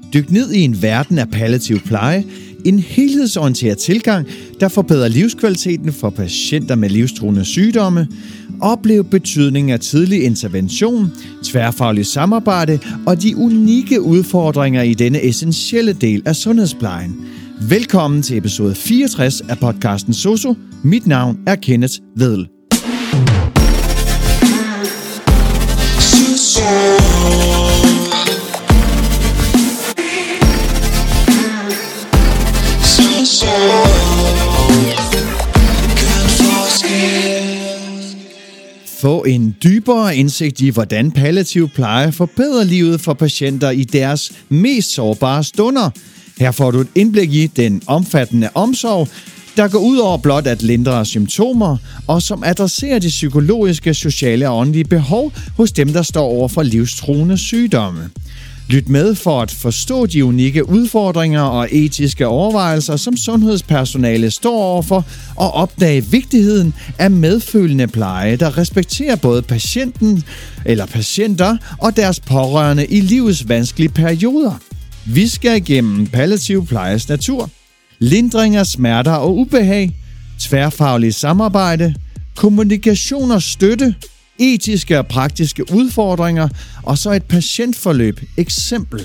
Dyk ned i en verden af palliativ pleje, en helhedsorienteret tilgang, der forbedrer livskvaliteten for patienter med livstruende sygdomme. Oplev betydningen af tidlig intervention, tværfaglig samarbejde og de unikke udfordringer i denne essentielle del af sundhedsplejen. Velkommen til episode 64 af podcasten SOSU. Mit navn er Kenneth Vedel. Få en dybere indsigt i, hvordan palliativ pleje forbedrer livet for patienter i deres mest sårbare stunder. Her får du et indblik i den omfattende omsorg, der går ud over blot at lindre symptomer, og som adresserer de psykologiske, sociale og åndelige behov hos dem, der står over for livstruende sygdomme. Lyt med for at forstå de unikke udfordringer og etiske overvejelser, som sundhedspersonale står overfor, og opdage vigtigheden af medfølende pleje, der respekterer både patienter og deres pårørende i livets vanskelige perioder. Vi skal igennem palliativ plejes natur, lindring af smerter og ubehag, tværfaglig samarbejde, kommunikation og støtte, etiske og praktiske udfordringer, og så et patientforløb eksempel.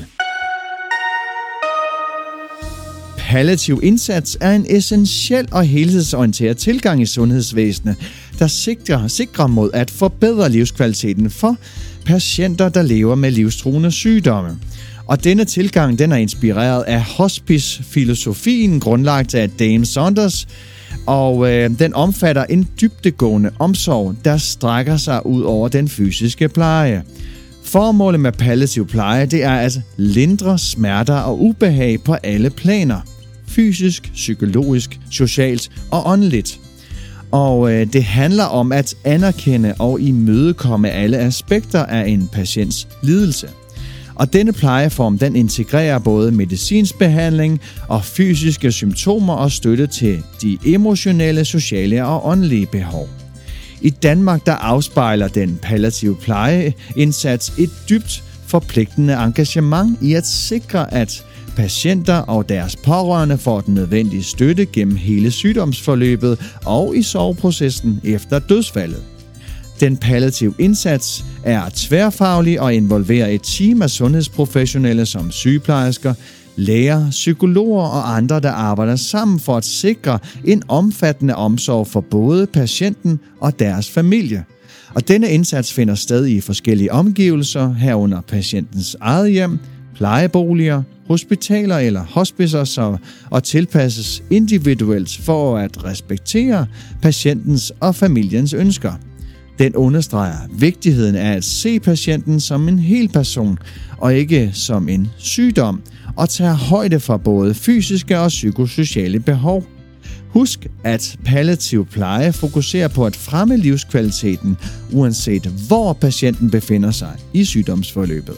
Palliativ indsats er en essentiel og helhedsorienteret tilgang i sundhedsvæsenet, der sikrer mod at forbedre livskvaliteten for patienter, der lever med livstruende sygdomme. Og denne tilgang den er inspireret af hospice-filosofien, grundlagt af Dame Saunders, og den omfatter en dybdegående omsorg, der strækker sig ud over den fysiske pleje. Formålet med palliativ pleje det er at lindre smerter og ubehag på alle planer. Fysisk, psykologisk, socialt og åndeligt. Og det handler om at anerkende og imødekomme alle aspekter af en patients lidelse. Og denne plejeform den integrerer både medicinsk behandling og fysiske symptomer og støtte til de emotionelle, sociale og åndelige behov. I Danmark der afspejler den palliative plejeindsats et dybt forpligtende engagement i at sikre, at patienter og deres pårørende får den nødvendige støtte gennem hele sygdomsforløbet og i sorgprocessen efter dødsfaldet. Den palliative indsats er tværfaglig og involverer et team af sundhedsprofessionelle som sygeplejersker, læger, psykologer og andre, der arbejder sammen for at sikre en omfattende omsorg for både patienten og deres familie. Og denne indsats finder sted i forskellige omgivelser, herunder patientens eget hjem, plejeboliger, hospitaler eller hospicer, og tilpasses individuelt for at respektere patientens og familiens ønsker. Den understreger vigtigheden af at se patienten som en hel person og ikke som en sygdom, og tager højde for både fysiske og psykosociale behov. Husk, at palliativ pleje fokuserer på at fremme livskvaliteten, uanset hvor patienten befinder sig i sygdomsforløbet.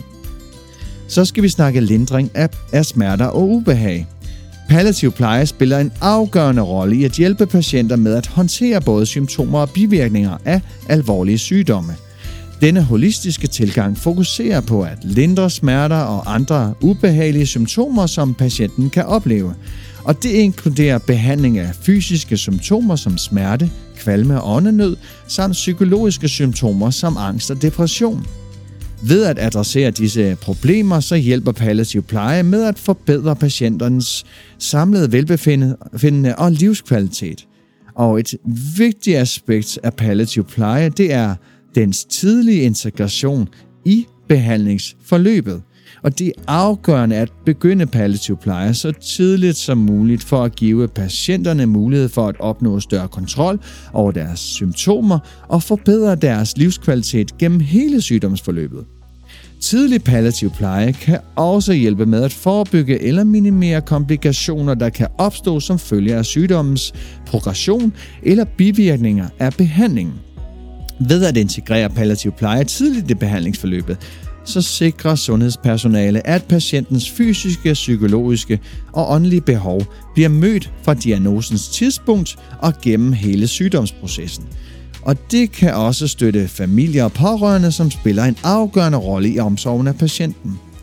Så skal vi snakke lindring af smerter og ubehag. Palliativ pleje spiller en afgørende rolle i at hjælpe patienter med at håndtere både symptomer og bivirkninger af alvorlige sygdomme. Denne holistiske tilgang fokuserer på at lindre smerter og andre ubehagelige symptomer, som patienten kan opleve. Og det inkluderer behandling af fysiske symptomer som smerte, kvalme og åndenød, samt psykologiske symptomer som angst og depression. Ved at adressere disse problemer, så hjælper palliativ pleje med at forbedre patienternes samlede velbefindende og livskvalitet. Og et vigtigt aspekt af palliativ pleje, det er dens tidlige integration i behandlingsforløbet. Og det er afgørende at begynde palliativ pleje så tidligt som muligt for at give patienterne mulighed for at opnå større kontrol over deres symptomer og forbedre deres livskvalitet gennem hele sygdomsforløbet. Tidlig palliativ pleje kan også hjælpe med at forebygge eller minimere komplikationer, der kan opstå som følge af sygdommens progression eller bivirkninger af behandlingen. Ved at integrere palliativ pleje tidligt i behandlingsforløbet, så sikrer sundhedspersonale, at patientens fysiske, psykologiske og åndelige behov bliver mødt fra diagnosens tidspunkt og gennem hele sygdomsprocessen. Og det kan også støtte familier og pårørende, som spiller en afgørende rolle i omsorgen af patienten.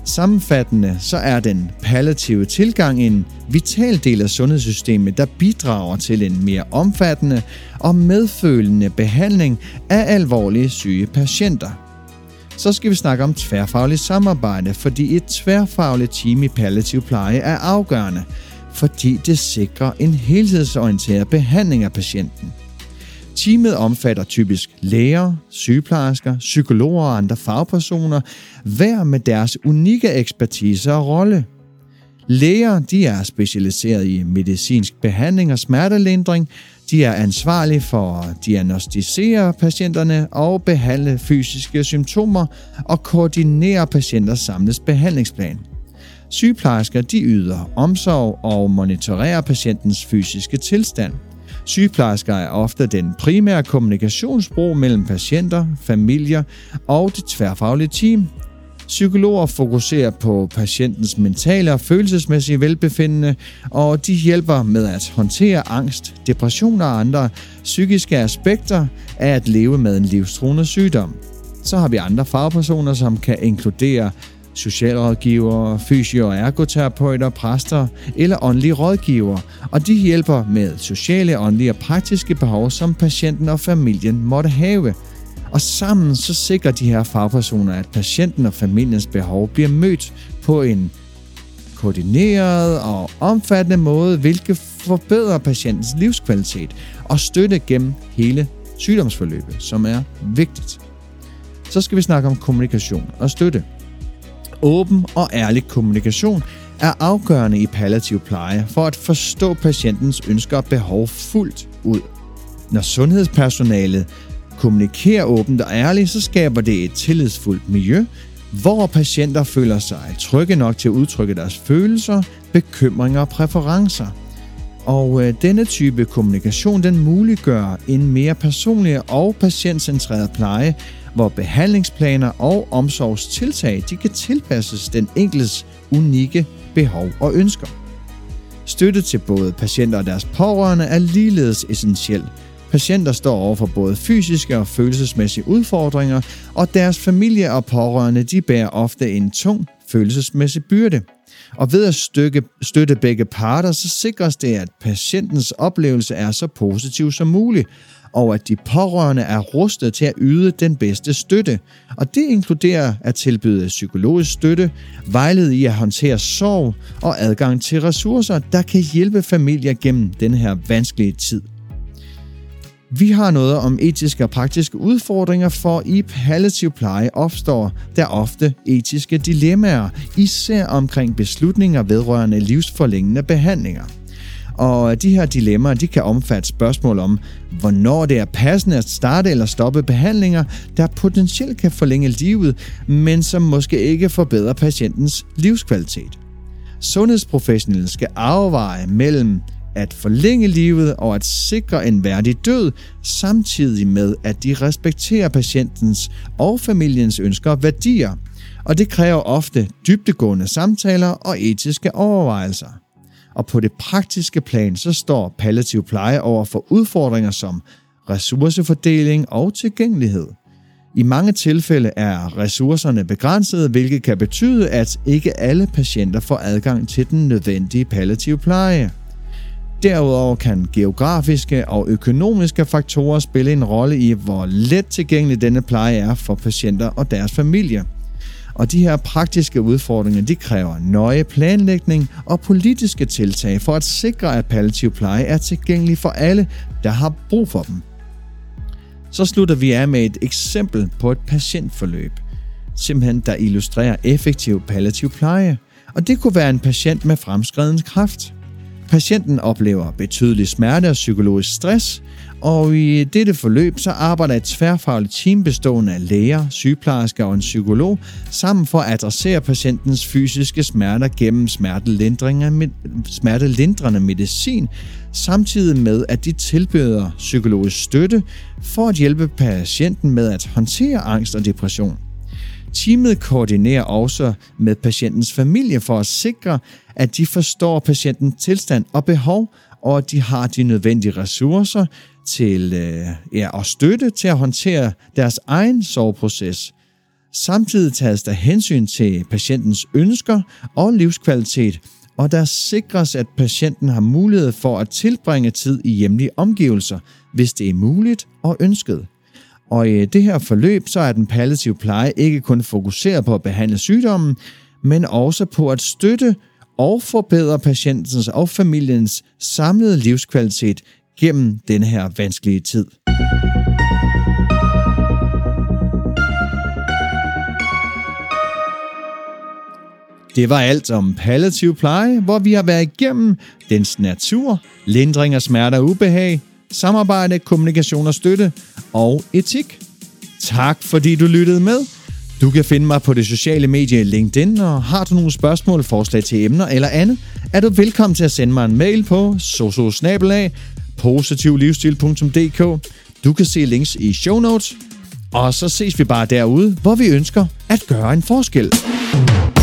Sammenfattende så er den palliative tilgang en vital del af sundhedssystemet, der bidrager til en mere omfattende og medfølende behandling af alvorlige syge patienter. Så skal vi snakke om tværfagligt samarbejde, fordi et tværfagligt team i palliativ pleje er afgørende, fordi det sikrer en helhedsorienteret behandling af patienten. Teamet omfatter typisk læger, sygeplejersker, psykologer og andre fagpersoner, hver med deres unikke ekspertise og rolle. Læger de er specialiseret i medicinsk behandling og smertelindring. De er ansvarlige for at diagnostisere patienterne og behandle fysiske symptomer og koordinere patienters samlede behandlingsplan. Sygeplejersker de yder omsorg og monitorerer patientens fysiske tilstand. Sygeplejersker er ofte den primære kommunikationsbro mellem patienter, familier og det tværfaglige team. Psykologer fokuserer på patientens mentale og følelsesmæssige velbefindende, og de hjælper med at håndtere angst, depression og andre psykiske aspekter af at leve med en livstruende sygdom. Så har vi andre fagpersoner, som kan inkludere socialrådgivere, fysio- og ergoterapeuter, præster eller åndelige rådgivere, og de hjælper med sociale, åndelige og praktiske behov, som patienten og familien måtte have. Og sammen så sikrer de her fagpersoner, at patienten og familiens behov bliver mødt på en koordineret og omfattende måde, hvilket forbedrer patientens livskvalitet og støtte gennem hele sygdomsforløbet, som er vigtigt. Så skal vi snakke om kommunikation og støtte. Åben og ærlig kommunikation er afgørende i palliativ pleje for at forstå patientens ønsker og behov fuldt ud. Når sundhedspersonalet kommunikerer åbent og ærligt, så skaber det et tillidsfuldt miljø, hvor patienter føler sig trygge nok til at udtrykke deres følelser, bekymringer og præferencer. Og denne type kommunikation, den muliggør en mere personlig og patientcentreret pleje, hvor behandlingsplaner og omsorgstiltag de kan tilpasses den enkeltes unikke behov og ønsker. Støtte til både patienter og deres pårørende er ligeledes essentiel. Patienter står over for både fysiske og følelsesmæssige udfordringer, og deres familie og pårørende de bærer ofte en tung følelsesmæssig byrde. Og ved at støtte begge parter, så sikres det, at patientens oplevelse er så positiv som muligt, og at de pårørende er rustet til at yde den bedste støtte. Og det inkluderer at tilbyde psykologisk støtte, vejlede i at håndtere sorg og adgang til ressourcer, der kan hjælpe familier gennem den her vanskelige tid. Vi har noget om etiske og praktiske udfordringer, for i palliativ pleje opstår der ofte etiske dilemmaer, især omkring beslutninger vedrørende livsforlængende behandlinger. Og de her dilemmaer de kan omfatte spørgsmål om, hvornår det er passende at starte eller stoppe behandlinger, der potentielt kan forlænge livet, men som måske ikke forbedrer patientens livskvalitet. Sundhedsprofessionelle skal afveje mellem at forlænge livet og at sikre en værdig død, samtidig med at de respekterer patientens og familiens ønsker og værdier. Og det kræver ofte dybdegående samtaler og etiske overvejelser. Og på det praktiske plan så står palliativ pleje over for udfordringer som ressourcefordeling og tilgængelighed. I mange tilfælde er ressourcerne begrænsede, hvilket kan betyde, at ikke alle patienter får adgang til den nødvendige palliativ pleje. Derudover kan geografiske og økonomiske faktorer spille en rolle i, hvor let tilgængelig denne pleje er for patienter og deres familie. Og de her praktiske udfordringer, de kræver nøje planlægning og politiske tiltag for at sikre, at palliativ pleje er tilgængelig for alle, der har brug for dem. Så slutter vi af med et eksempel på et patientforløb, simpelthen der illustrerer effektiv palliativ pleje. Og det kunne være en patient med fremskreden kræft. Patienten oplever betydelig smerte og psykologisk stress, og i dette forløb så arbejder et tværfagligt team bestående af læger, sygeplejersker og en psykolog sammen for at adressere patientens fysiske smerter gennem smertelindrende medicin, samtidig med at de tilbyder psykologisk støtte for at hjælpe patienten med at håndtere angst og depression. Teamet koordinerer også med patientens familie for at sikre, at de forstår patientens tilstand og behov, og at de har de nødvendige ressourcer til og støtte til at håndtere deres egen sorgproces. Samtidig tages der hensyn til patientens ønsker og livskvalitet, og der sikres, at patienten har mulighed for at tilbringe tid i hjemlige omgivelser, hvis det er muligt og ønsket. Og i det her forløb, så er den palliative pleje ikke kun fokuseret på at behandle sygdommen, men også på at støtte og forbedre patientens og familiens samlede livskvalitet gennem denne her vanskelige tid. Det var alt om palliativ pleje, hvor vi har været igennem dens natur, lindring af smerte og ubehag, samarbejde, kommunikation og støtte og etik. Tak fordi du lyttede med. Du kan finde mig på det sociale medie LinkedIn, og har du nogle spørgsmål, forslag til emner eller andet, er du velkommen til at sende mig en mail på soso@positivlivsstil.dk. Du kan se links i show notes, og så ses vi bare derude, hvor vi ønsker at gøre en forskel.